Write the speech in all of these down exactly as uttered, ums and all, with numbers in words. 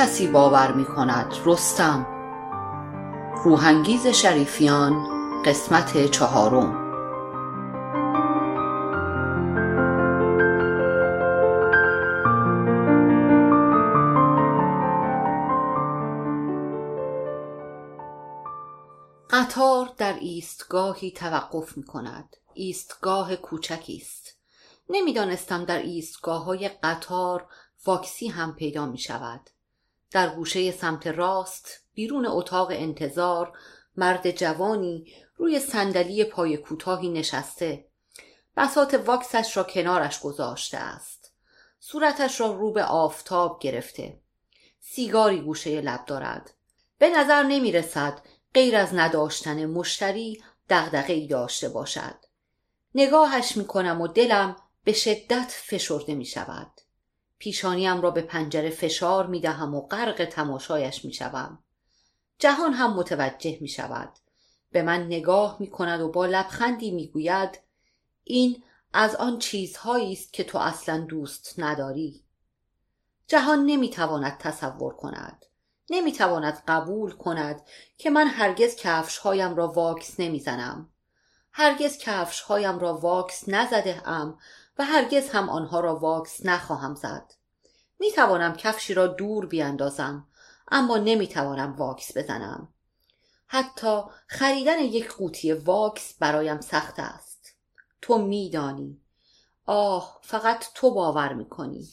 کسی باور می کند رستم؟ روحانگیز شریفیان قسمت چهارم. قطار در ایستگاهی توقف می کند. ایستگاه کوچکی است. نمی دانستم در ایستگاه های قطار واکسی هم پیدا می شود. در گوشه سمت راست بیرون اتاق انتظار مرد جوانی روی صندلی پای کوتاهی نشسته. بساط واکسش را کنارش گذاشته است. صورتش را رو به آفتاب گرفته. سیگاری گوشه لب دارد. به نظر نمی رسد غیر از نداشتن مشتری دغدغه‌ای داشته باشد. نگاهش می کنم و دلم به شدت فشرده می شود. پیشانیم را به پنجره فشار می دهم و غرق تماشایش می شوم. جهان هم متوجه می شود. به من نگاه می کند و با لبخندی می گوید این از آن چیزهایی است که تو اصلا دوست نداری. جهان نمی تواند تصور کند. نمی تواند قبول کند که من هرگز کفشهایم را واکس نمی زنم. هرگز کفشهایم را واکس نزده ام و هرگز هم آنها را واکس نخواهم زد. می توانم کفشی را دور بیاندازم اما نمی توانم واکس بزنم. حتی خریدن یک قوطی واکس برایم سخت است. تو می دانی. آه، فقط تو باور می کنی.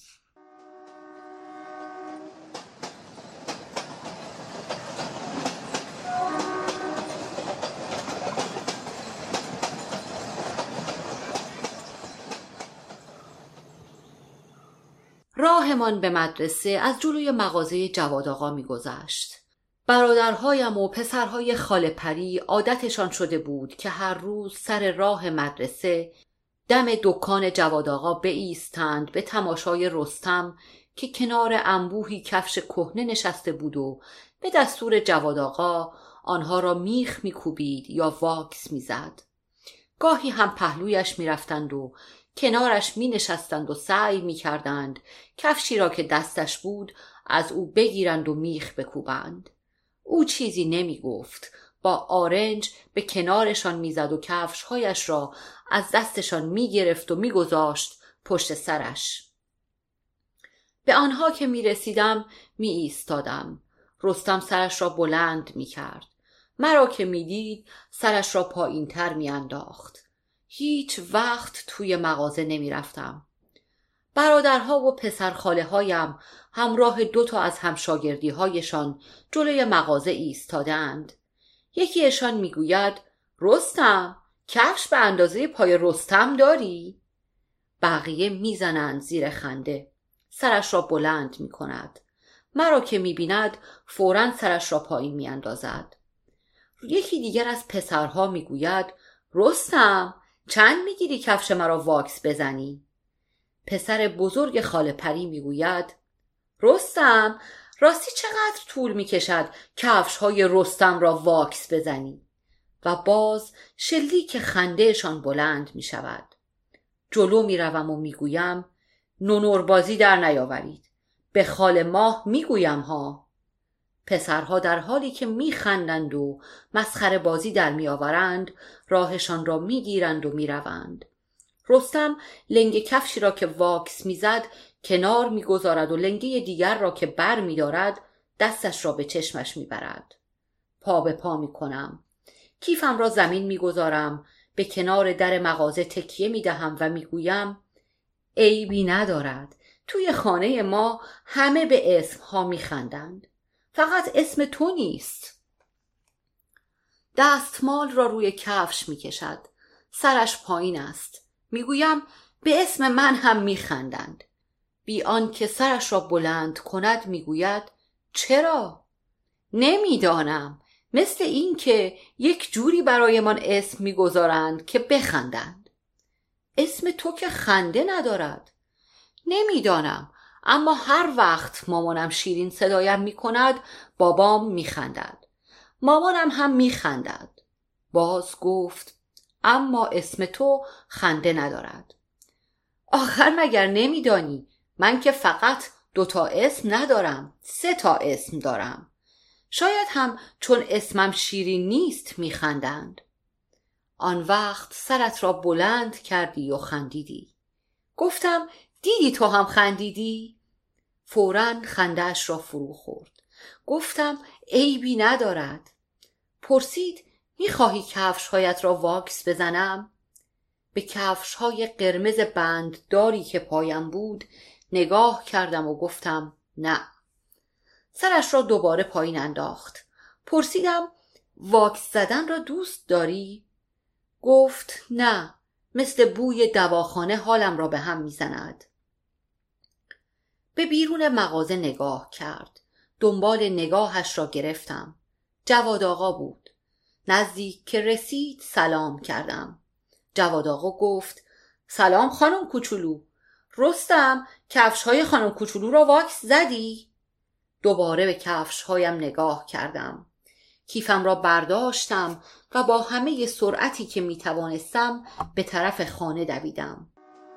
راهمان به مدرسه از جلوی مغازه جواد آقا می گذشت. برادرهایم و پسرهای خاله پری عادتشان شده بود که هر روز سر راه مدرسه دم دکان جواد آقا بایستند به تماشای رستم که کنار انبوهی کفش کهنه نشسته بود و به دستور جواد آقا آنها را میخ میکوبید یا واکس میزد. گاهی هم پهلویش میرفتند و کنارش می نشستند و سعی می کردند کفشی را که دستش بود از او بگیرند و میخ بکوبند. او چیزی نمی گفت. با آرنج به کنارشان می زد و کفشهایش را از دستشان می گرفت و می گذاشت پشت سرش. به آنها که می رسیدم می ایستادم. رستم سرش را بلند می کرد. مرا که می دید سرش را پایین تر می انداخت. هیچ وقت توی مغازه نمی رفتم. برادرها و پسرخاله هایم همراه دو تا از همشاگردی هایشان جلوی مغازه ایستادند. یکیشان می گوید رستم، کفش به اندازه پای رستم داری؟ بقیه می زنند زیر خنده. سرش را بلند می کند. مرا که می بیند فوراً سرش را پایین می اندازد. یکی دیگر از پسرها می گوید رستم، چند میگیری کفش مرا واکس بزنی؟ پسر بزرگ خاله پری میگوید رستم، راستی چقدر طول میکشد کفش های رستم را واکس بزنی؟ و باز شلیک خندهشان بلند میشود. جلو میروم و میگویم نونوربازی در نیاورید. به خاله ماه میگویم ها. پسرها در حالی که میخندند و مسخره بازی در میآورند راهشان را میگیرند و میروند. رستم لنگه کفشی را که واکس میزد کنار میگذارد و لنگه دیگر را که بر میدارد دستش را به چشمش میبرد. پا به پا میکنم. کیفم را زمین میگذارم، به کنار در مغازه تکیه میدهم و میگویم عیبی ندارد. توی خانه ما همه به اسمها میخندند. فقط اسم تو نیست. دستمال را روی کفش می کشد. سرش پایین است. می گویم به اسم من هم می خندند. بی آن که سرش را بلند کند می گوید چرا؟ نمی دانم. مثل این که یک جوری برایمان اسم می گذارند که بخندند. اسم تو که خنده ندارد. نمی دانم. اما هر وقت مامانم شیرین صدایم می کند بابام می خندد. مامانم هم می خندد. باز گفت اما اسم تو خنده ندارد. آخر مگر نمی دانی من که فقط دو تا اسم ندارم، سه تا اسم دارم. شاید هم چون اسمم شیرین نیست میخندند. آن وقت سرت را بلند کردی و خندیدی. گفتم دیدی تو هم خندیدی؟ فوراً خنده‌اش را فرو خورد. گفتم عیبی ندارد. پرسید میخواهی کفش‌هایت را واکس بزنم؟ به کفش‌های قرمز بندداری که پایم بود نگاه کردم و گفتم نه. سرش را دوباره پایین انداخت. پرسیدم واکس زدن را دوست داری؟ گفت نه، مثل بوی دواخانه حالم را به هم میزند. به بیرون مغازه نگاه کرد. دنبال نگاهش را گرفتم. جواد آقا بود. نزدیک که رسید سلام کردم. جواد آقا گفت سلام خانم کوچولو. رستم، کفش‌های خانم کوچولو را واکس زدی؟ دوباره به کفش‌هایم نگاه کردم. کیفم را برداشتم و با همه سرعتی که می توانستم به طرف خانه دویدم.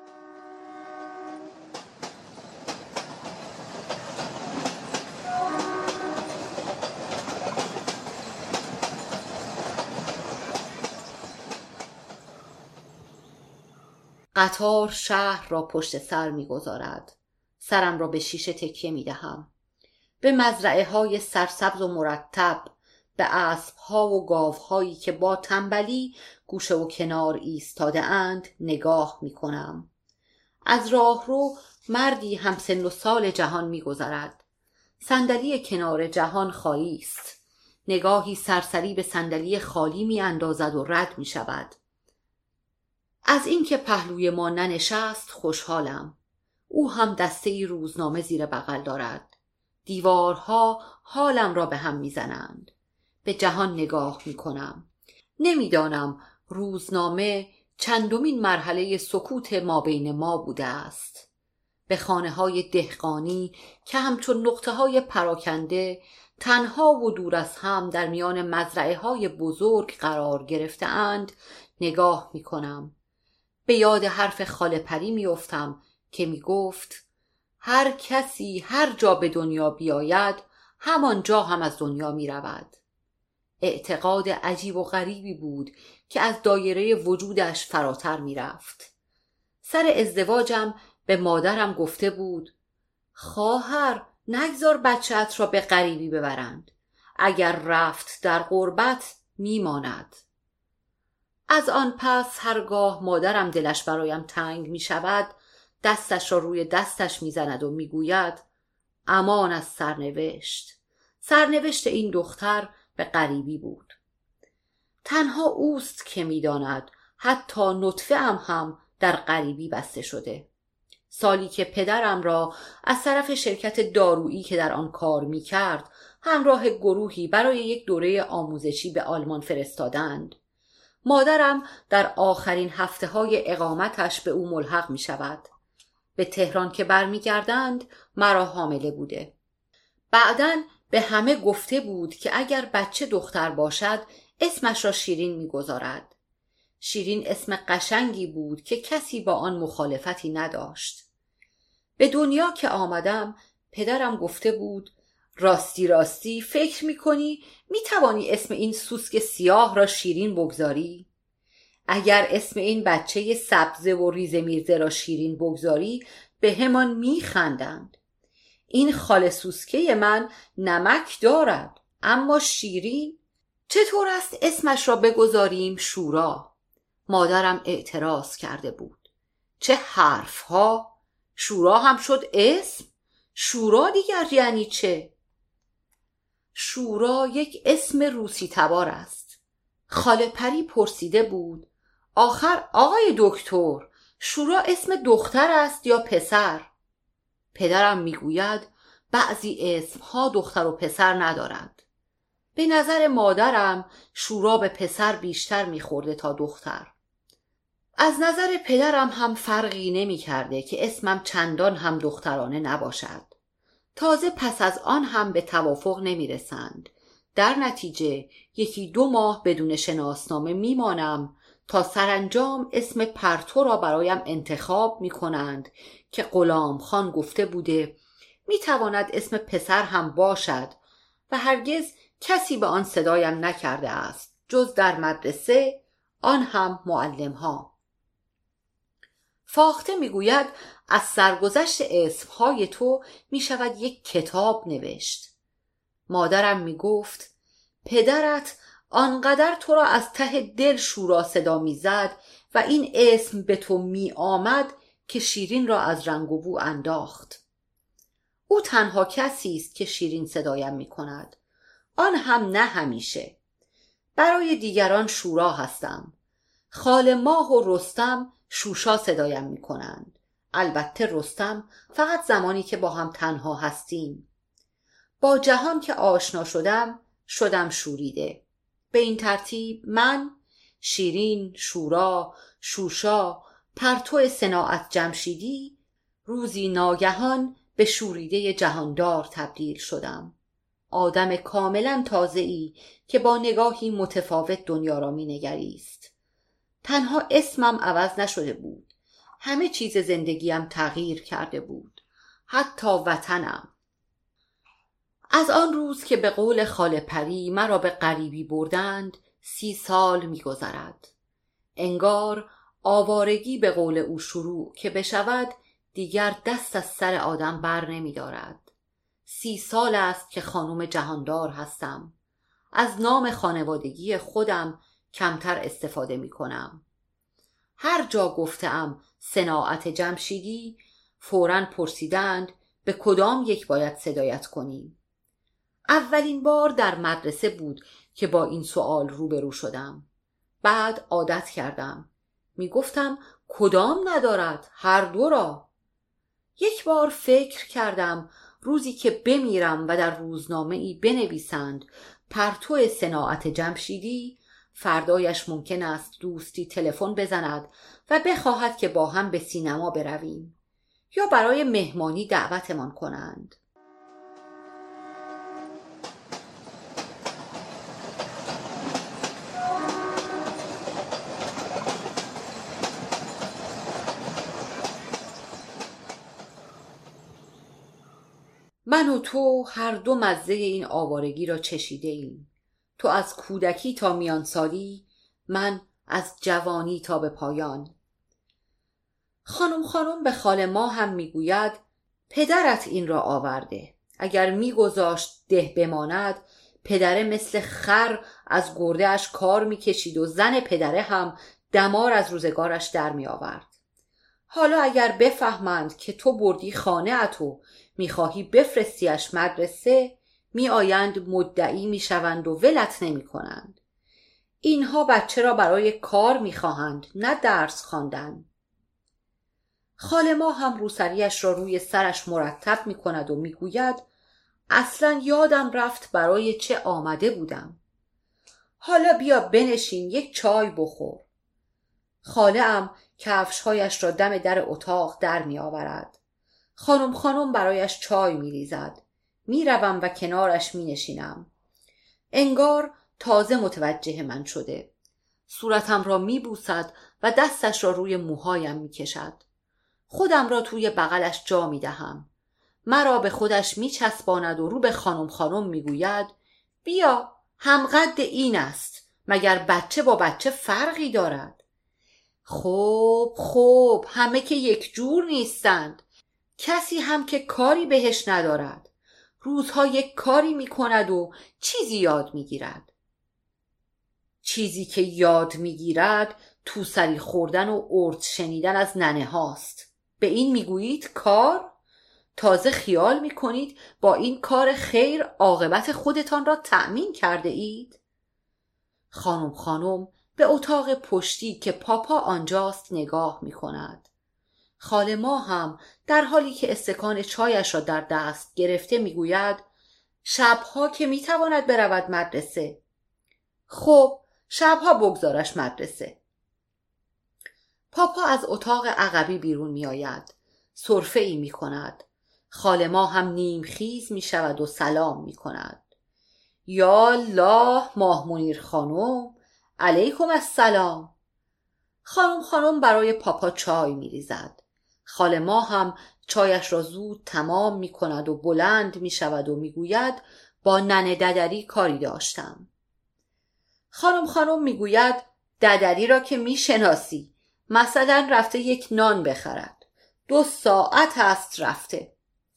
قطار شهر را پشت سر می گذارد. سرم را به شیشه تکیه می دهم. به مزرعه های سرسبز و مرتب، به اسب ها و گاو هایی که با تنبلی گوشه و کنار ایستاده اند نگاه می کنم. از راهرو مردی همسن و سال جهان می گذرد. صندلی کنار جهان خالی است. نگاهی سرسری به صندلی خالی می اندازد و رد می شود. از اینکه پهلوی ما ننشست خوشحالم. او هم دسته روزنامه زیر بغل دارد. دیوارها حالم را به هم میزنند. به جهان نگاه میکنم. نمیدانم روزنامه چندمین مرحله سکوت ما بین ما بوده است. به خانه های دهقانی که همچون نقطه های پراکنده تنها و دور از هم در میان مزرعه های بزرگ قرار گرفته اند نگاه میکنم. به یاد حرف خاله پری میافتم که میگفت هر کسی هر جا به دنیا بیاید همان جا هم از دنیا می رود. اعتقاد عجیب و غریبی بود که از دایره وجودش فراتر می رفت. سر ازدواجم به مادرم گفته بود خواهر نگذار بچه‌ات را به غریبی ببرند. اگر رفت در غربت می ماند. از آن پس هرگاه مادرم دلش برایم تنگ می شود دستش را روی دستش می زند و می گوید امان از سرنوشت. سرنوشت این دختر به غریبی بود. تنها اوست که می داند حتی نطفه ام هم در غریبی بسته شده. سالی که پدرم را از طرف شرکت دارویی که در آن کار می کرد همراه گروهی برای یک دوره آموزشی به آلمان فرستادند. مادرم در آخرین هفته های اقامتش به او ملحق می شود. به تهران که برمی گردند مرا حامله بوده. بعداً به همه گفته بود که اگر بچه دختر باشد اسمش را شیرین می گذارد. شیرین اسم قشنگی بود که کسی با آن مخالفتی نداشت. به دنیا که آمدم پدرم گفته بود راستی راستی فکر می کنی می توانی اسم این سوسک سیاه را شیرین بگذاری؟ اگر اسم این بچه سبزه و ریزه میرزه را شیرین بگذاری به همان می خندند. این خاله سوسکه من نمک دارد اما شیرین. چطور است اسمش را بگذاریم شورا؟ مادرم اعتراض کرده بود. چه حرف ها؟ شورا هم شد اسم؟ شورا دیگر یعنی چه؟ شورا یک اسم روسی تبار است. خاله پری پرسیده بود آخر آقای دکتر شورا اسم دختر است یا پسر؟ پدرم میگوید بعضی اسمها دختر و پسر ندارد. به نظر مادرم شورا به پسر بیشتر میخورده تا دختر. از نظر پدرم هم فرقی نمی کرده که اسمم چندان هم دخترانه نباشد. تازه پس از آن هم به توافق نمی رسند. در نتیجه یکی دو ماه بدون شناسنامه می مانم تا سرانجام اسم پرتو را برایم انتخاب می کنند که غلام خان گفته بوده می تواند اسم پسر هم باشد و هرگز کسی به آن صدایم نکرده است جز در مدرسه، آن هم معلم ها. فاخته می گوید از سرگذشت اسمهای تو می شود یک کتاب نوشت. مادرم می گفت پدرت آنقدر تو را از ته دل شورا صدا می زد و این اسم به تو می آمد که شیرین را از رنگ و بو انداخت. او تنها کسی است که شیرین صدایم می کند، آن هم نه همیشه. برای دیگران شورا هستم. خاله ماه و رستم شوشا صدایم می کنند. البته رستم فقط زمانی که با هم تنها هستیم. با جهان که آشنا شدم شدم شوریده. به این ترتیب من، شیرین، شورا، شوشا، پرتو صناعت جمشیدی، روزی ناگهان به شوریده جهاندار تبدیل شدم. آدم کاملا تازه‌ای که با نگاهی متفاوت دنیا را می نگریست. تنها اسمم عوض نشده بود. همه چیز زندگیم تغییر کرده بود. حتی وطنم. از آن روز که به قول خاله پری مرا به غریبی بردند سی سال می گذرد. انگار آوارگی به قول او شروع که بشود دیگر دست از سر آدم بر نمی دارد. سی سال است که خانم جهاندار هستم. از نام خانوادگی خودم کمتر استفاده می کنم. هر جا گفتم صناعت جمشیدی فوراً پرسیدند به کدام یک باید صدایت کنیم. اولین بار در مدرسه بود که با این سوال روبرو شدم. بعد عادت کردم. می گفتم کدام ندارد، هر دو را. یک بار فکر کردم روزی که بمیرم و در روزنامه‌ای بنویسند پرتو صناعت جمشیدی، فردایش ممکن است دوستی تلفن بزند و بخواهد که با هم به سینما برویم یا برای مهمانی دعوتمان کنند. من و تو هر دو مزه این آوارگی را چشیده ایم. تو از کودکی تا میان سالی، من از جوانی تا به پایان. خانم خانم به خاله ما هم میگوید پدرت این را آورده. اگر میگذاشت ده بماند، پدره مثل خر از گردهش کار میکشید و زن پدره هم دمار از روزگارش در می آورد. حالا اگر بفهمند که تو بردی خانه اتو میخواهی بفرستیش مدرسه، می آیند مدعی می شوند و ولت نمی کنند. اینها بچه را برای کار می خواهند، نه درس خواندن. خاله ما هم روسریش را روی سرش مرتب می کند و می گوید اصلا یادم رفت برای چه آمده بودم. حالا بیا بنشین یک چای بخور. خاله ام کفشهایش را دم در اتاق در می آورد. خانم خانم برایش چای می ریزد. می روم و کنارش می نشینم. انگار تازه متوجه من شده. صورتم را می بوسد و دستش را روی موهایم می کشد. خودم را توی بغلش جا می دهم. مرا به خودش می چسباند و رو به خانم خانم می گوید بیا همقد این است. مگر بچه با بچه فرقی دارد؟ خب خب همه که یک جور نیستند. کسی هم که کاری بهش ندارد. روزها یک کاری می کند و چیزی یاد می گیرد. چیزی که یاد می گیرد تو سری خوردن و ارد شنیدن از ننه هاست. به این می گویید کار؟ تازه خیال می کنید با این کار خیر عاقبت خودتان را تأمین کرده اید؟ خانم خانم به اتاق پشتی که پاپا آنجاست نگاه می کند. خاله ما هم در حالی که استکان چایش را در دست گرفته می گوید شبها که می تواند برود مدرسه. خب شبها بگذارش مدرسه. پاپا از اتاق عقبی بیرون می آید. سرفه ای می کند. خاله ما هم نیم خیز می شود و سلام می کند. یا الله ماه منیر خانم، علیکم السلام. خانم خانم برای پاپا چای می ریزد. خاله ما هم چایش را زود تمام می کند و بلند می شود و می گوید با ننه ددری کاری داشتم. خانم خانم می گوید ددری را که می شناسی، مثلا رفته یک نان بخرد، دو ساعت است رفته.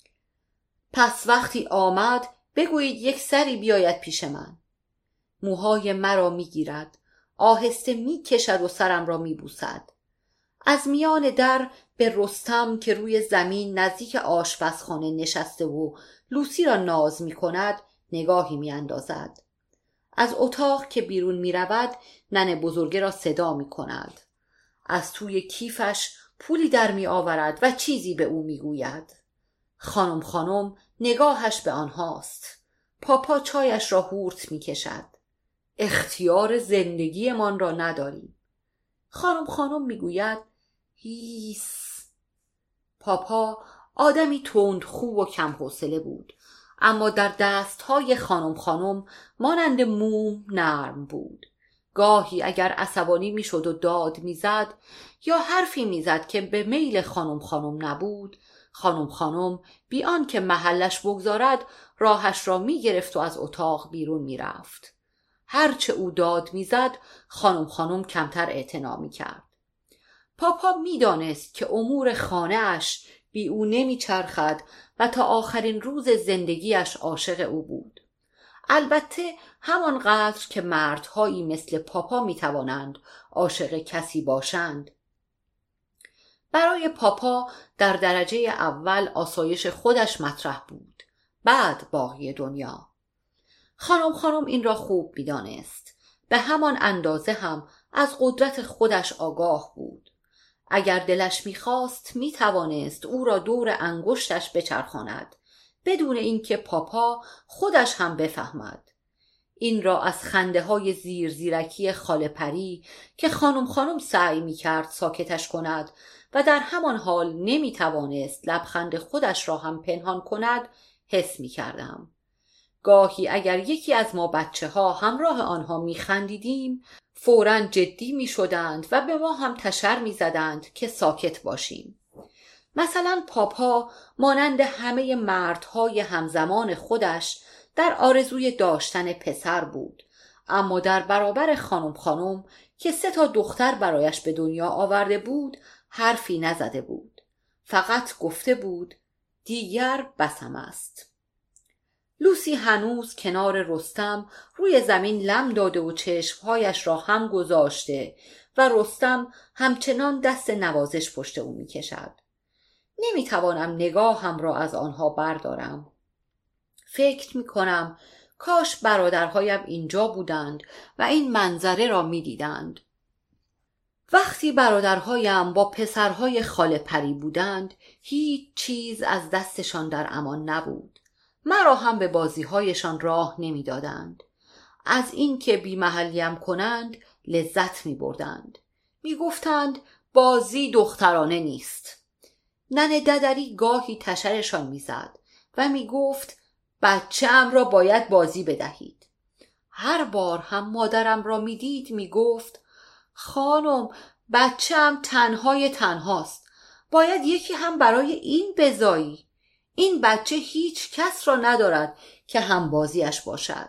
پس وقتی آمد بگویید یک سری بیاید پیش من. موهای مرا می گیرد، آهسته می کشد و سرم را می بوسد. از میان در به رستم که روی زمین نزدیک آشپزخانه نشسته و لوسی را ناز می کند نگاهی می اندازد. از اتاق که بیرون می رود ننه بزرگه را صدا می کند. از توی کیفش پولی در می آورد و چیزی به او می گوید. خانم خانم نگاهش به آنهاست. پاپا چایش را هورت می کشد. اختیار زندگی من را نداریم. خانم خانم می گوید هیس. پاپا آدمی تندخو و کم حوصله بود، اما در دستهای خانم خانم مانند موم نرم بود. گاهی اگر عصبانی می شد و داد می زد یا حرفی می زد که به میل خانم خانم نبود، خانم خانم بی آن که محلش بگذارد راهش را می گرفت و از اتاق بیرون می رفت. هرچه او داد می زد خانم خانم کمتر اعتنا می کرد. پاپا می دانست که امور خانه اش بی او نمی چرخد و تا آخرین روز زندگیش عاشق او بود. البته همانقدر که مردهایی مثل پاپا می توانند عاشق کسی باشند. برای پاپا در درجه اول آسایش خودش مطرح بود، بعد باقی دنیا. خانم خانم این را خوب می دانست. به همان اندازه هم از قدرت خودش آگاه بود. اگر دلش می خواست می توانست او را دور انگشتش بچرخاند بدون اینکه پاپا خودش هم بفهمد. این را از خنده های زیر زیرکی خاله پری که خانم خانم سعی می کرد ساکتش کند و در همان حال نمی توانست لبخند خودش را هم پنهان کند حس می کردم. گاهی اگر یکی از ما بچه ها همراه آنها می خندیدیم فوراً جدی می شدند و به ما هم تشر می زدند که ساکت باشیم. مثلا پاپا مانند همه مردهای همزمان خودش در آرزوی داشتن پسر بود، اما در برابر خانم خانم که سه تا دختر برایش به دنیا آورده بود حرفی نزده بود. فقط گفته بود دیگر بسم است. لوسی هنوز کنار رستم روی زمین لم داده و چشمهایش را هم گذاشته و رستم همچنان دست نوازش پشت او می کشد. نمی توانم نگاهم را از آنها بردارم. فکر می کنم کاش برادرهایم اینجا بودند و این منظره را می دیدند. وقتی برادرهایم با پسرهای خاله پری بودند هیچ چیز از دستشان در امان نبود. مرا هم به بازیهایشان راه نمی دادند. از این که بی محلیم کنند لذت می بردند. می گفتند بازی دخترانه نیست. ننه ددری گاهی تشرشان می زد و می گفت بچه ام را باید بازی بدهید. هر بار هم مادرم را می دید می گفت خانم بچه ام تنهای تنهاست، باید یکی هم برای این بزایی. این بچه هیچ کس را ندارد که هم بازیش باشد.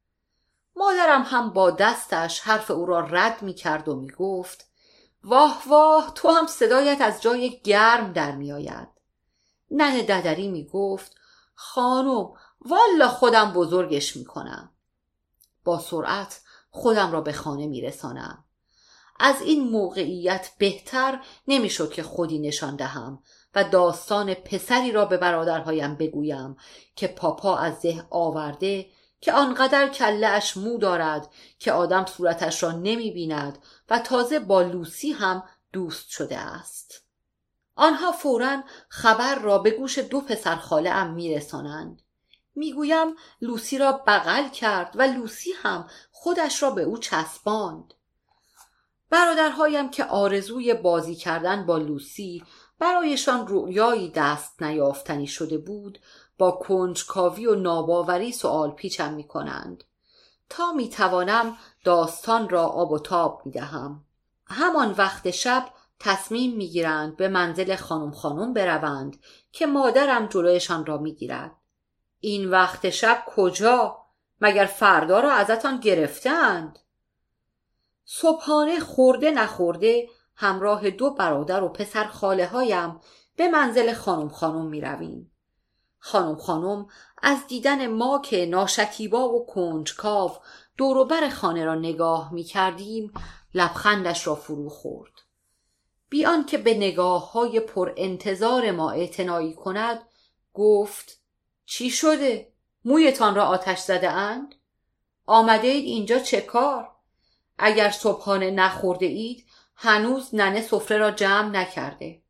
مادرم هم با دستش حرف او را رد می کرد و می گفت واه واه تو هم صدایت از جای گرم در می آید. ننه ددری می گفت خانم والا خودم بزرگش می کنم. با سرعت خودم را به خانه می رسانم. از این موقعیت بهتر نمی شد که خودی نشان دهم و داستان پسری را به برادرهایم بگویم که پاپا از ده آورده که آنقدر کله اش مو دارد که آدم صورتش را نمی بیند و تازه با لوسی هم دوست شده است. آنها فوراً خبر را به گوش دو پسر خاله ام می رسانند. می گویم لوسی را بغل کرد و لوسی هم خودش را به او چسباند. برادرهایم که آرزوی بازی کردن با لوسی برایشان رویایی دست نیافتنی شده بود با کنجکاوی و ناباوری سؤال پیچم می کنند. تا می توانم داستان را آب و تاب می دهم. همان وقت شب تصمیم میگیرند به منزل خانم خانم بروند که مادرم جلویشان را میگیرد. این وقت شب کجا؟ مگر فردا را ازتان گرفتند؟ صبحانه خورده نخورده همراه دو برادر و پسر خاله هایم به منزل خانم خانم می رویم. خانم خانم از دیدن ما که ناشکیبا و کنجکاو دوروبر خانه را نگاه می کردیم لبخندش را فرو خورد. بی آنکه به نگاه های پر انتظار ما اعتنایی کند گفت: چی شده؟ مویتان را آتش زده اند؟ آمده اید اینجا چه کار؟ اگر صبحانه نخورده اید هنوز ننه سفره را جمع نکرده.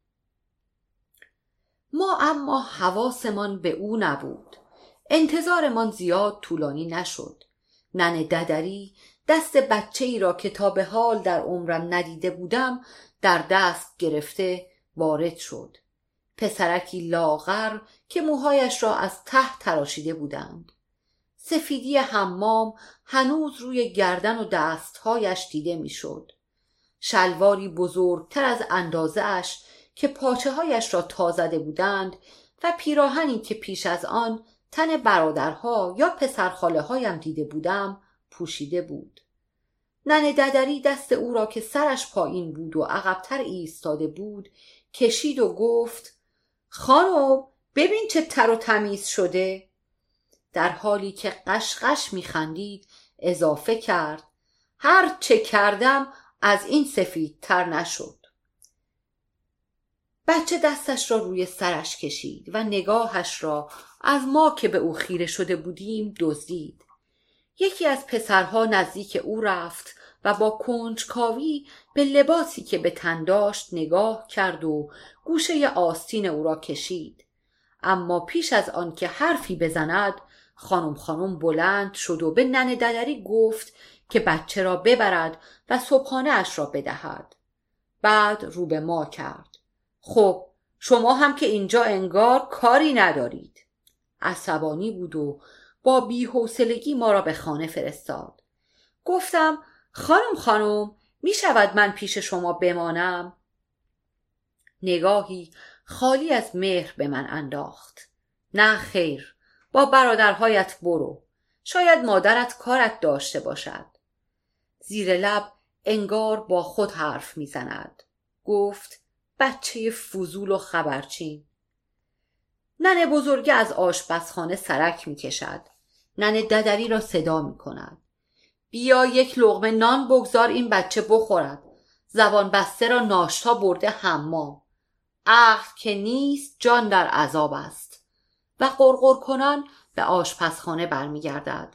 ما اما حواسمان به او نبود. انتظارمان زیاد طولانی نشد. ننه ددری دست بچه ای را که تا به حال در عمرم ندیده بودم در دست گرفته وارد شد. پسرکی لاغر که موهایش را از ته تراشیده بودند. سفیدی حمام هنوز روی گردن و دستهایش دیده میشد. شلواری بزرگتر از اندازه اش که پاچه هایش را تا زده بودند و پیراهنی که پیش از آن تن برادرها یا پسرخاله هایم دیده بودم پوشیده بود. ننه ددری دست او را که سرش پایین بود و عقب‌تر ایستاده بود کشید و گفت: خانم ببین چه تر و تمیز شده. در حالی که قشقش میخندید اضافه کرد: هر چه کردم از این سفیدتر نشد. بچه دستش را روی سرش کشید و نگاهش را از ما که به او خیره شده بودیم دزدید. یکی از پسرها نزدیک او رفت و با کنجکاوی به لباسی که به تن داشت نگاه کرد و گوشه آستین او را کشید. اما پیش از آن که حرفی بزند خانم خانم بلند شد و به ننه ددری گفت که بچه را ببرد و صبحانه اش را بدهد. بعد رو به ما کرد: خب شما هم که اینجا انگار کاری ندارید. عصبانی بود و با بی‌حوصلگی ما را به خانه فرستاد. گفتم: خانم خانم می شود من پیش شما بمانم؟ نگاهی خالی از مهر به من انداخت. نه خیر، با برادرهایت برو، شاید مادرت کارت داشته باشد. زیر لب انگار با خود حرف می زند. گفت: بچه فضول و خبرچین. ننه بزرگه از آشپزخانه سرک می کشد. ننه ددری را صدا می کند: بیا یک لقمه نان بگذار این بچه بخورد. زبان بسته را ناشتا برده حمام. عقل که نیست جان در عذاب است. و غرغر کنان به آشپزخانه برمی گردد.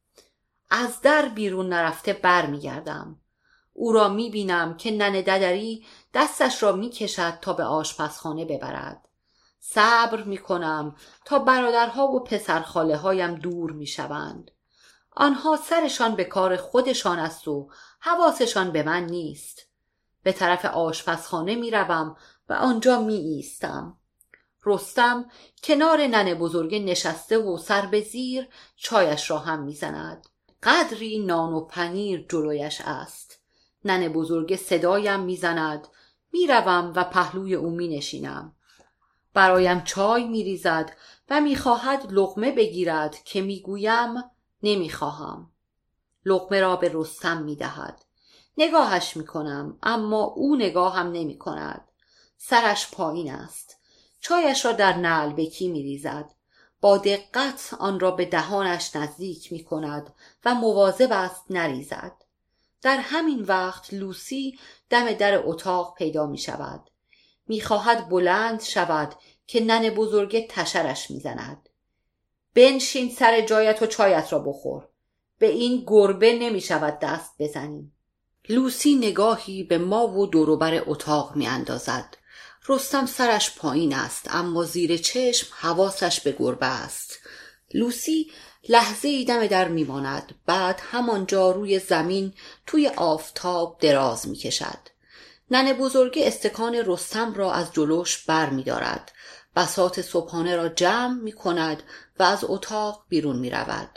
از در بیرون نرفته برمی گردم. او را می بینم که ننه ددری دستش را می کشد تا به آشپزخانه ببرد. صبر می کنم تا برادرها و پسرخاله هایم دور می شوند. آنها سرشان به کار خودشان است و حواسشان به من نیست. به طرف آشپزخانه می روم و آنجا می ایستم. رستم کنار ننه بزرگ نشسته و سر به زیر چایش را هم می زند. قدری نان و پنیر جلویش است. ننه بزرگ صدایم می زند. می روم و پهلوی او می نشینم. برایم چای می ریزد و می خواهد لقمه بگیرد که می گویم نمی خواهم. لقمه را به رستم می دهد. نگاهش می کنم اما او نگاهم نمی کند. سرش پایین است. چایش را در نعلبکی می ریزد. با دقت آن را به دهانش نزدیک می کند و مواظب است نریزد. در همین وقت لوسی دم در اتاق پیدا می شود. می خواهد بلند شود که ننه بزرگ تشرش می زند. بنشین سر جایت و چایت را بخور. به این گربه نمی شود دست بزنی. لوسی نگاهی به ما و دوروبر اتاق می اندازد. رستم سرش پایین است اما زیر چشم حواسش به گربه است. لوسی لحظه ای دم در می ماند. بعد همانجا روی زمین توی آفتاب دراز می کشد. ننه بزرگ استکان رستم را از جلوش بر می دارد. بساط صبحانه را جمع می کند و از اتاق بیرون می رود.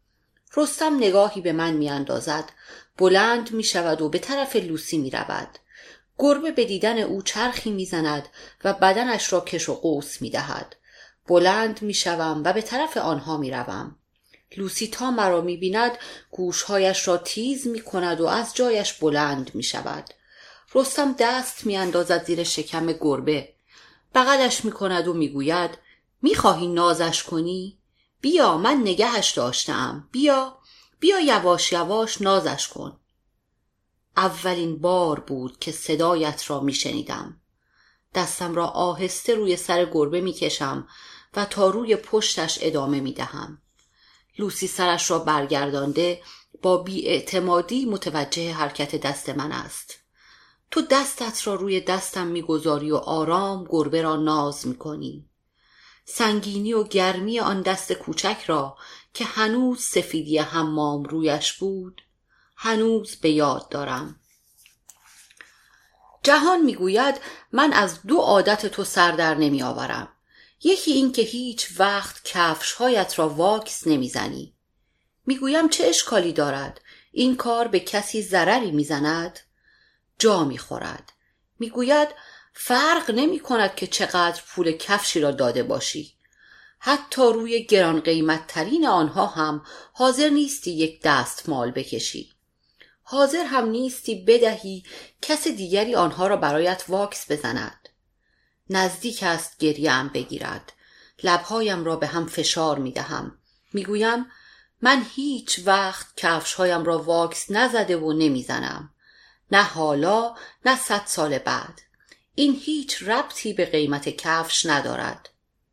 رستم نگاهی به من می اندازد. بلند می شود و به طرف لوسی می رود. گربه به دیدن او چرخی میزند و بدنش را کش و قوس میدهد. بلند میشوم و به طرف آنها میروم. لوسی تا مرا میبیند گوشهایش را تیز میکند و از جایش بلند میشود. رستم دست میاندازد زیر شکم گربه، بغلش میکند و میگوید میخواهی نازش کنی؟ بیا، من نگهش داشتم. بیا بیا یواش یواش نازش کن. اولین بار بود که صدایت را میشنیدم. دستم را آهسته روی سر گربه میکشم و تا روی پشتش ادامه میدهم. لوسی سرش را برگردانده با بی‌اعتمادی متوجه حرکت دست من است. تو دستت را روی دستم میگذاری و آرام گربه را ناز میکنی. سنگینی و گرمی آن دست کوچک را که هنوز سفیدی حمام رویش بود هنوز به یاد دارم. جهان میگوید من از دو عادت تو سر در نمی آورم. یکی این که هیچ وقت کفشهایت را واکس نمیزنی. میگویم چه اشکالی دارد؟ این کار به کسی ضرری میزند؟ جا میخورد. میگوید فرق نمی کند که چقدر پول کفشی را داده باشی. حتی روی گران قیمت ترین آنها هم حاضر نیستی یک دستمال بکشی. حاضر هم نیستی بدهی کس دیگری آنها را برایت واکس بزند. نزدیک است گریم بگیرد. لبهایم را به هم فشار می دهم. می گویم من هیچ وقت کفشهایم را واکس نزده و نمی زنم. نه حالا نه صد سال بعد. این هیچ ربطی به قیمت کفش ندارد.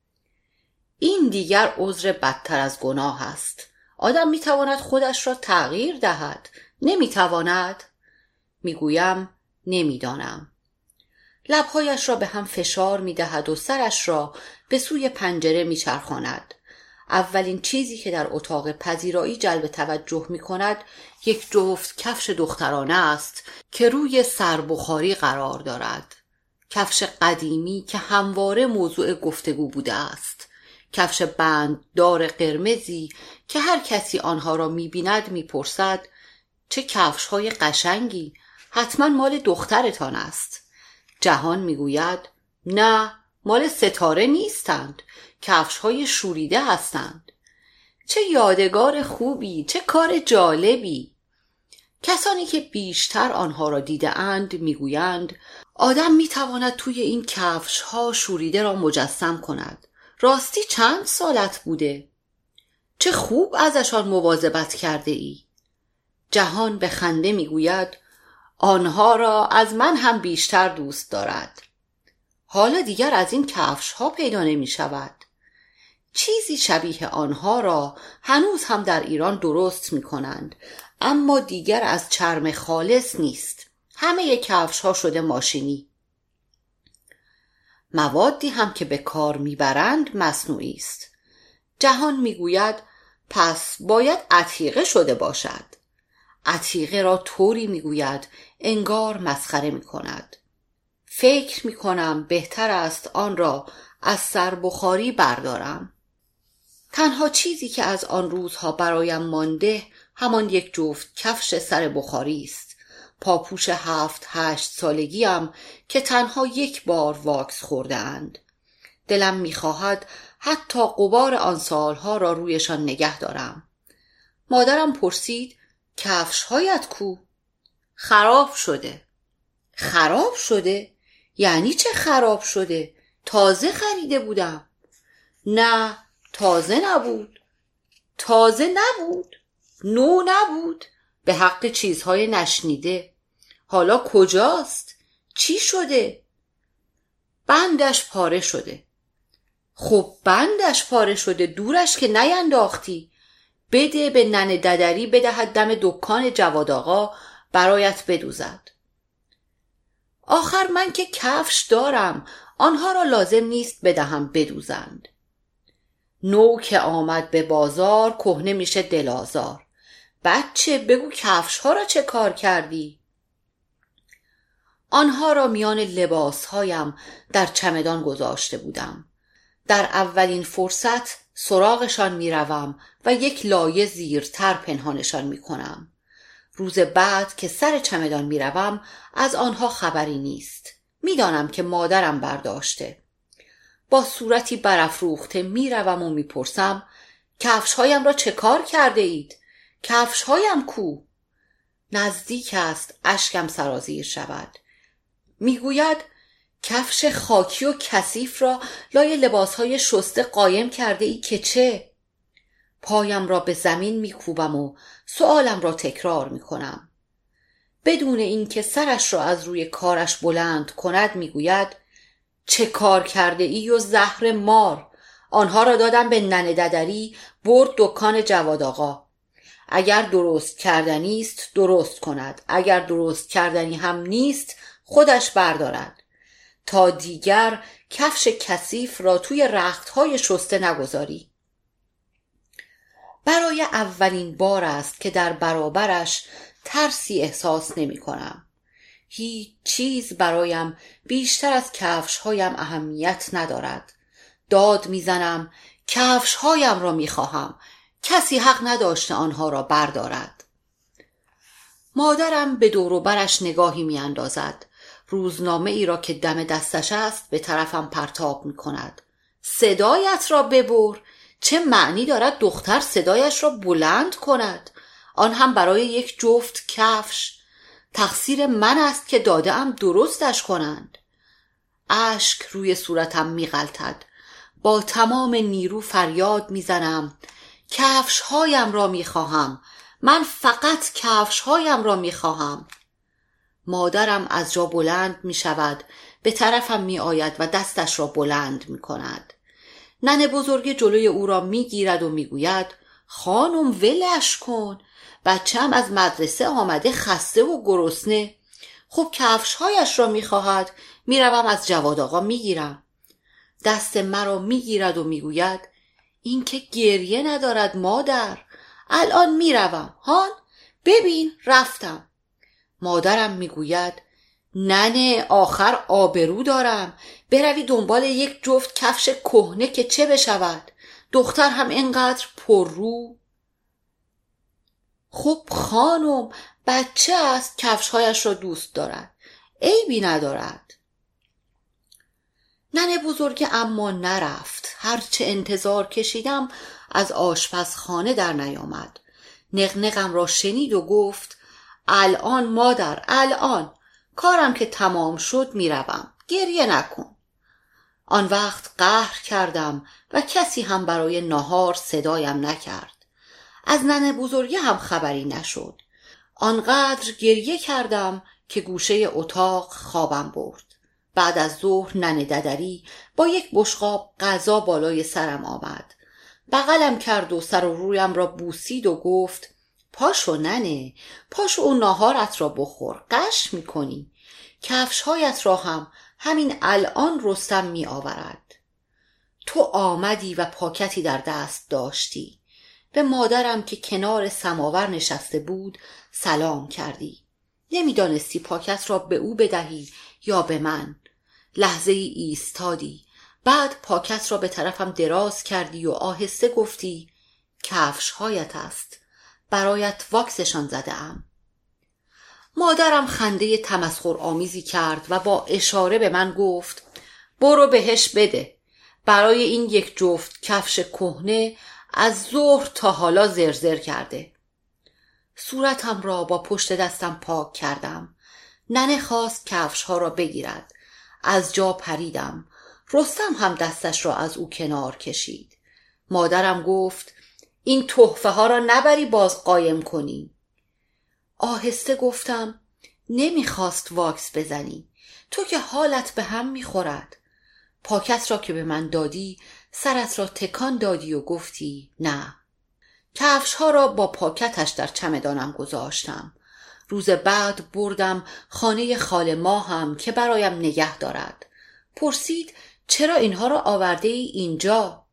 این دیگر عذر بدتر از گناه است. آدم می تواند خودش را تغییر دهد. نمی تواند؟ می گویم نمی دانم. لبهایش را به هم فشار می دهد و سرش را به سوی پنجره می چرخاند. اولین چیزی که در اتاق پذیرایی جلب توجه می کند یک جفت کفش دخترانه است که روی سربخاری قرار دارد. کفش قدیمی که همواره موضوع گفتگو بوده است. کفش بنددار قرمزی که هر کسی آنها را می بیند می پرسد چه کفش های قشنگی، حتما مال دخترتان است. جهان می گوید نه، مال ستاره نیستند، کفش های شوریده هستند. چه یادگار خوبی، چه کار جالبی. کسانی که بیشتر آنها را دیده اند می گویند آدم می تواند توی این کفش ها شوریده را مجسم کند. راستی چند سالت بوده؟ چه خوب ازشان مواظبت کرده ای؟ جهان به خنده می گوید آنها را از من هم بیشتر دوست دارد. حالا دیگر از این کفش ها پیدا نمی شود. چیزی شبیه آنها را هنوز هم در ایران درست می کنند، اما دیگر از چرم خالص نیست. همه کفش ها شده ماشینی. موادی هم که به کار می برند مصنوعی است. جهان می گوید پس باید عتیقه شده باشد. عتیقه را طوری می گوید انگار مسخره می کند. فکر می کنم بهتر است آن را از سربخاری بردارم. تنها چیزی که از آن روزها برایم مانده همان یک جفت کفش سر بخاری است. پاپوش هفت هشت سالگیم که تنها یک بار واکس خورده اند. دلم می خواهد حتی غبار آن سالها را رویشان نگه دارم. مادرم پرسید کفش هایت کو؟ خراب شده. خراب شده؟ یعنی چه خراب شده؟ تازه خریده بودم. نه، تازه نبود. تازه نبود. نو نبود. به حق چیزهای نشنیده. حالا کجاست؟ چی شده؟ بندش پاره شده. خب بندش پاره شده، دورش که نینداختی. بده به ننه ددری بدهد دم دکان جواد آقا برایت بدوزد. آخر من که کفش دارم، آنها را لازم نیست بدهم بدوزند. نو که آمد به بازار کهنه میشه دلازار. بچه بگو کفش ها را چه کار کردی؟ آنها را میان لباس هایم در چمدان گذاشته بودم. در اولین فرصت سراغشان میروم و یک لایه زیرتر پنهانشان میکنم. روز بعد که سر چمدان می روم از آنها خبری نیست. می دانم که مادرم برداشته. با صورتی برافروخته می روم و می پرسم کفشهایم را چه کار کرده اید؟ کفشهایم کو؟ نزدیک است اشکم سرازیر شود. می گوید کفش خاکی و کثیف را لای لباسهای شسته قایم کرده ای که چه؟ پایم را به زمین می کوبم و سؤالم را تکرار می کنم. بدون اینکه سرش را از روی کارش بلند کند می گوید چه کار کرده ای و زهر مار؟ آنها را دادم به ننه ددری، برد دکان جواد آقا. اگر درست کردنی است درست کند، اگر درست کردنی هم نیست خودش بردارد. تا دیگر کفش کثیف را توی رختهای شسته نگذاری. برای اولین بار است که در برابرش ترسی احساس نمی کنم. هیچ چیز برایم بیشتر از کفشهایم اهمیت ندارد. داد میزنم کفشهایم را میخواهم. کسی حق نداشته آنها را بردارد. مادرم به دور و برش نگاهی میاندازد. روزنامه ای را که دم دستش است به طرفم پرتاب میکند. صدایت را ببر. چه معنی دارد دختر صدایش را بلند کند؟ آن هم برای یک جفت کفش. تقصیر من است که داده‌ام درستش کنند. اشک روی صورتم میغلطد. با تمام نیرو فریاد میزنم کفشهایم را میخواهم. من فقط کفشهایم را میخواهم. مادرم از جا بلند میشود، به طرفم میآید و دستش را بلند میکند. ننه بزرگ جلوی او را میگیرد و میگوید خانم ولش کن. بچه‌ام از مدرسه آمده خسته و گرسنه. خب کفشهایش را میخواهد. میروم از جواد آقا میگیرم. دست مرا میگیرد و میگوید این که گریه ندارد مادر. الان میروم. هان ببین رفتم. مادرم میگوید ننه آخر آبرو دارم. بروی دنبال یک جفت کفش کهنه که چه بشود؟ دختر هم اینقدر پر رو. خب خانم بچه است، کفشهایش را دوست دارد، عیبی ندارد. ننه بزرگ اما نرفت. هرچه انتظار کشیدم از آشپزخانه در نیامد. نغنغم را شنید و گفت الان مادر الان کارم که تمام شد میروم، گریه نکن. آن وقت قهر کردم و کسی هم برای ناهار صدایم نکرد. از ننه بزرگی هم خبری نشد. آنقدر گریه کردم که گوشه اتاق خوابم برد. بعد از ظهر ننه ددری با یک بشقاب غذا بالای سرم آمد. بغلم کرد و سر و رویم را بوسید و گفت پاشو ننه، پاشو و ناهارت را بخور، قش میکنی. کفشهایت را هم همین الان رستم می آورد. تو آمدی و پاکتی در دست داشتی. به مادرم که کنار سماور نشسته بود سلام کردی. نمیدانستی پاکت را به او بدهی یا به من. لحظه ای ایستادی، بعد پاکت را به طرفم دراز کردی و آهسته گفتی کفشهایت است، برایت واکسشان زده ام. مادرم خنده تمسخر آمیزی کرد و با اشاره به من گفت برو بهش بده. برای این یک جفت کفش کهنه از ظهر تا حالا زرزر کرده. صورتم را با پشت دستم پاک کردم. ننه خواست کفش ها را بگیرد. از جا پریدم. رستم هم دستش را از او کنار کشید. مادرم گفت این تحفه ها را نبری باز قایم کنی. آهسته گفتم نمیخواست واکس بزنی، تو که حالت به هم میخورد. پاکت را که به من دادی سرت را تکان دادی و گفتی نه. کفش ها را با پاکتش در چمدانم گذاشتم. روز بعد بردم خانه خاله ماهم که برایم نگه دارد. پرسید چرا اینها را آورده ای اینجا؟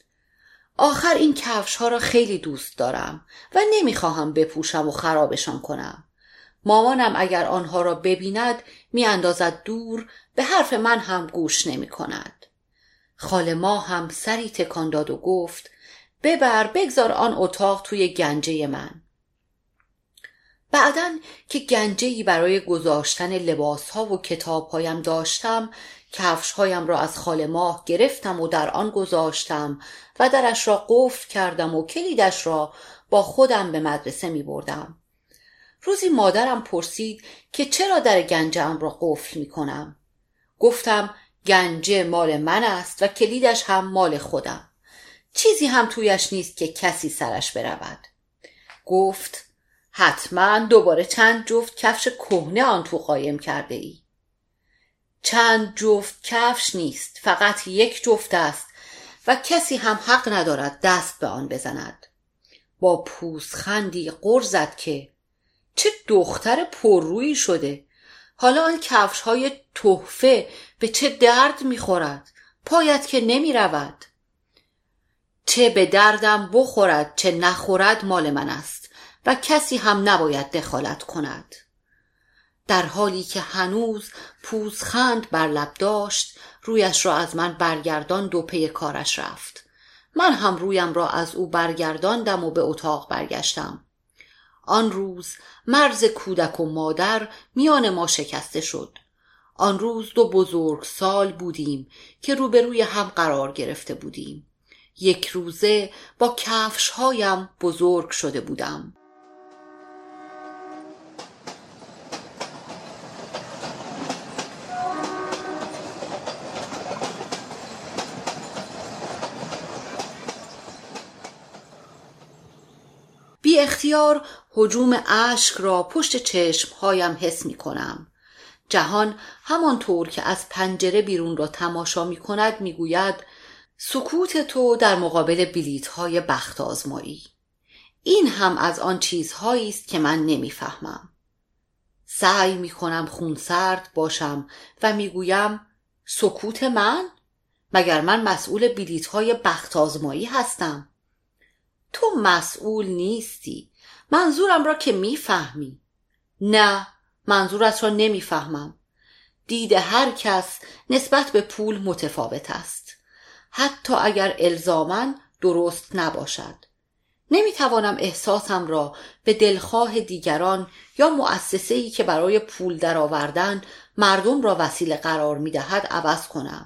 آخر این کفش ها را خیلی دوست دارم و نمیخواهم بپوشم و خرابشان کنم. مامانم اگر آنها را ببیند می اندازد دور، به حرف من هم گوش نمی کند. خاله ما هم سری تکان داد و گفت ببر بگذار آن اتاق توی گنجه من. بعدن که گنجه‌ای برای گذاشتن لباسها و کتابهایم داشتم، کفشهایم را از خال ماه گرفتم و در آن گذاشتم و درش را قفل کردم و کلیدش را با خودم به مدرسه می بردم. روزی مادرم پرسید که چرا در گنجه‌ام را قفل می کنم. گفتم گنجه مال من است و کلیدش هم مال خودم. چیزی هم تویش نیست که کسی سرش برود. گفت حتما دوباره چند جفت کفش کهنه آن تو قایم کرده ای. چند جفت کفش نیست، فقط یک جفت است و کسی هم حق ندارد دست به آن بزند. با پوزخندی غر زد که چه دختر پررویی شده. حالا آن کفش های تحفه به چه درد میخورد؟ پایت که نمی رود. چه به دردم بخورد چه نخورد مال من است و کسی هم نباید دخالت کند. در حالی که هنوز پوزخند بر لب داشت، رویش را از من برگرداند و پی کارش رفت. من هم رویم را از او برگرداندم و به اتاق برگشتم. آن روز مرز کودک و مادر میان ما شکسته شد. آن روز دو بزرگ سال بودیم که روبروی هم قرار گرفته بودیم. یک روزه با کفشهایم بزرگ شده بودم. بی اختیار هجوم اشک را پشت چشمهایم حس می کنم. جهان همانطور که از پنجره بیرون را تماشا می کند می گوید سکوت تو در مقابل بلیط‌های بخت آزمایی. این هم از آن چیزهایی است که من نمی فهمم. سعی می کنم خونسرد باشم و می گویم سکوت من؟ مگر من مسئول بلیط‌های بخت آزمایی هستم؟ تو مسئول نیستی. منظورم را که میفهمی. نه، منظورت را نمیفهمم. دید هر کس نسبت به پول متفاوت است، حتی اگر الزاماً درست نباشد. نمیتوانم احساسم را به دلخواه دیگران یا مؤسسه‌ای که برای پول درآوردن مردم را وسیله قرار میدهد عوض کنم.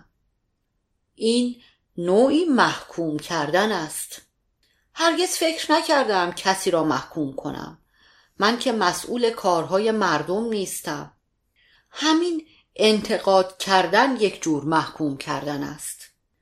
این نوعی محکوم کردن است. هرگز فکر نکردم کسی را محکوم کنم. من که مسئول کارهای مردم نیستم. همین انتقاد کردن یک جور محکوم کردن است.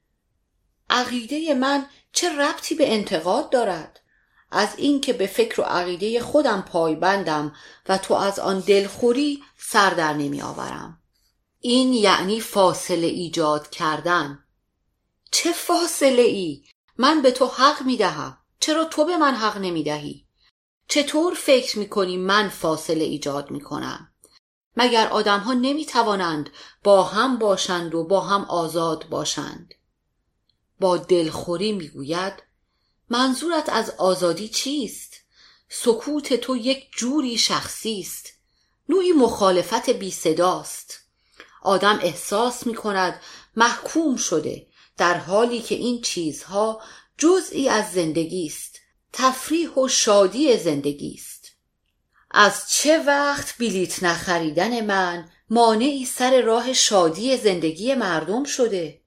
عقیده من چه ربطی به انتقاد دارد؟ از این که به فکر و عقیده خودم پایبندم و تو از آن دلخوری سر در نمی آورم. این یعنی فاصله ایجاد کردن. چه فاصله ای؟ من به تو حق می دهم. چرا تو به من حق نمی دهی؟ چطور فکر می کنی من فاصله ایجاد می کنم؟ مگر آدم ها نمی توانند با هم باشند و با هم آزاد باشند؟ با دلخوری می گوید منظورت از آزادی چیست؟ سکوت تو یک جوری شخصی است، نوعی مخالفت بی صداست. آدم احساس می کند محکوم شده، در حالی که این چیزها جزئی از زندگی است، تفریح و شادی زندگی است. از چه وقت بلیط نخریدن من مانعی سر راه شادی زندگی مردم شده؟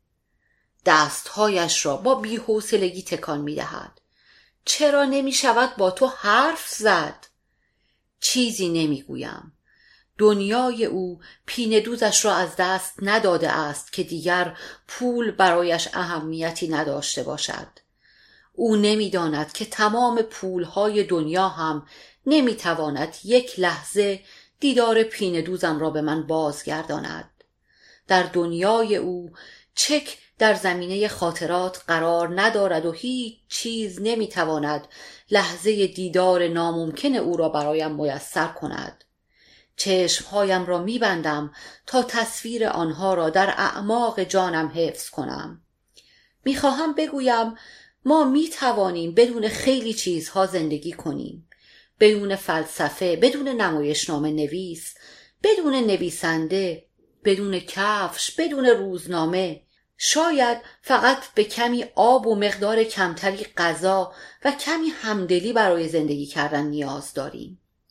دستهایش را با بی‌حوصلگی تکان می دهد. چرا نمی شود با تو حرف زد؟ چیزی نمی گویم. دنیای او پینه دوزش را از دست نداده است که دیگر پول برایش اهمیتی نداشته باشد. او نمی داند که تمام پولهای دنیا هم نمی تواند یک لحظه دیدار پینه دوزم را به من بازگرداند. در دنیای او چک در زمینه خاطرات قرار ندارد و هیچ چیز نمی تواند لحظه دیدار ناممکن او را برایم میسر کند. چشمهایم را می بندم تا تصویر آنها را در اعماق جانم حفظ کنم. می خواهم بگویم ما می توانیم بدون خیلی چیزها زندگی کنیم. بدون فلسفه، بدون نمایشنامه نویس، بدون نویسنده، بدون کفش، بدون روزنامه. شاید فقط به کمی آب و مقدار کمتری غذا و کمی همدلی برای زندگی کردن نیاز داریم.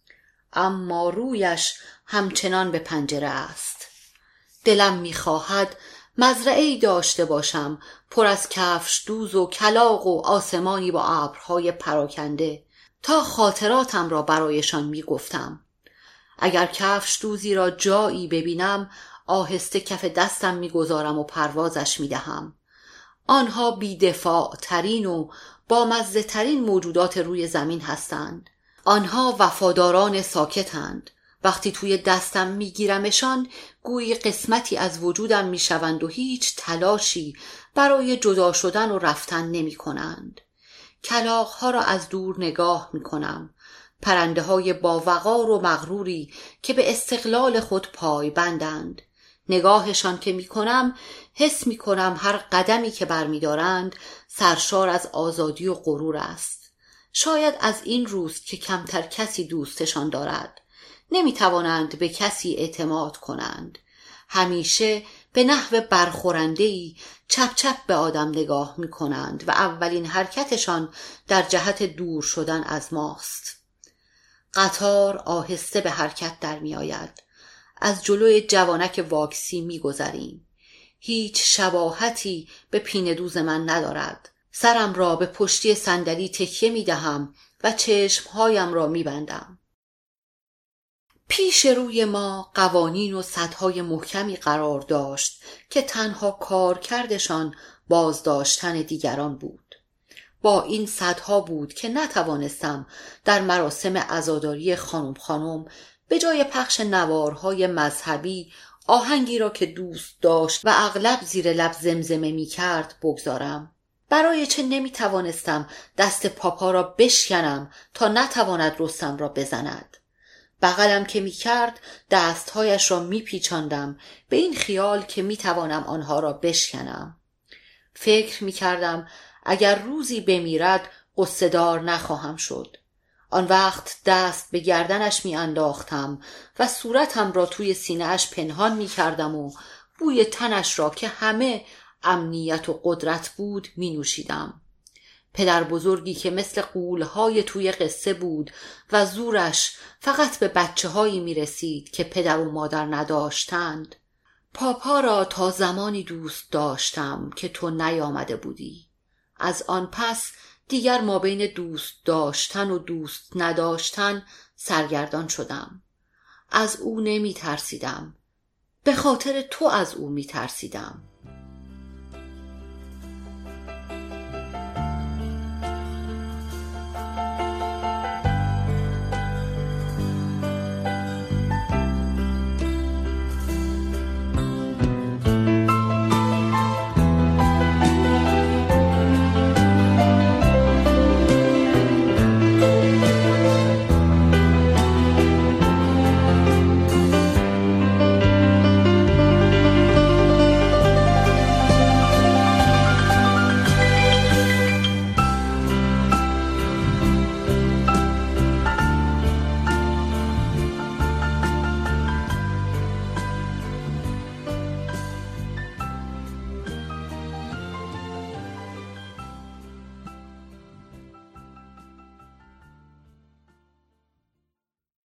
اما رویش همچنان به پنجره است. دلم می‌خواهد مزرعه‌ای داشته باشم پر از کفش دوز و کلاغ و آسمانی با ابرهای پراکنده تا خاطراتم را برایشان می‌گفتم. اگر کفش دوزی را جایی ببینم آهسته کف دستم می‌گذارم و پروازش می‌دهم. آنها بی‌دفاع ترین و بامزه ترین موجودات روی زمین هستند. آنها وفاداران ساکتند. وقتی توی دستم میگیرمشان گویی قسمتی از وجودم میشوند و هیچ تلاشی برای جدا شدن و رفتن نمی کنند. کلاغ‌ها را از دور نگاه می کنم. پرنده های با وقار و مغروری که به استقلال خود پای بندند. نگاهشان که می کنم حس می کنم هر قدمی که برمی دارند سرشار از آزادی و غرور است. شاید از این روست که کمتر کسی دوستشان دارد. نمی توانند به کسی اعتماد کنند. همیشه به نحو برخورنده‌ای چپ چپ به آدم نگاه می کنند و اولین حرکتشان در جهت دور شدن از ماست. قطار آهسته به حرکت در می آید. از جلوی جوانک واکسی می گذریم. هیچ شباهتی به پینه دوز من ندارد. سرم را به پشتی صندلی تکیه می دهم و چشمهایم را می بندم. پیش روی ما قوانین و سدهای محکمی قرار داشت که تنها کارکردشان بازداشتن دیگران بود. با این سدها بود که نتوانستم در مراسم عزاداری خانم خانم به جای پخش نوارهای مذهبی آهنگی را که دوست داشت و اغلب زیر لب زمزمه می کرد بگذارم. برای چه نمی توانستم دست پاپا را بشکنم تا نتواند رستم را بزند. بغلم که می کرد دستهایش را می پیچاندم به این خیال که می توانم آنها را بشکنم. فکر می کردم اگر روزی بمیرد غصه دار نخواهم شد. آن وقت دست به گردنش می انداختم و صورتم را توی سینه‌اش پنهان می کردم و بوی تنش را که همه امنیت و قدرت بود می نوشیدم. پدر بزرگی که مثل غول‌های توی قصه بود و زورش فقط به بچه هایی می رسید که پدر و مادر نداشتند. پاپا را تا زمانی دوست داشتم که تو نیامده بودی. از آن پس دیگر ما بین دوست داشتن و دوست نداشتن سرگردان شدم. از او نمی ترسیدم. به خاطر تو از او می ترسیدم.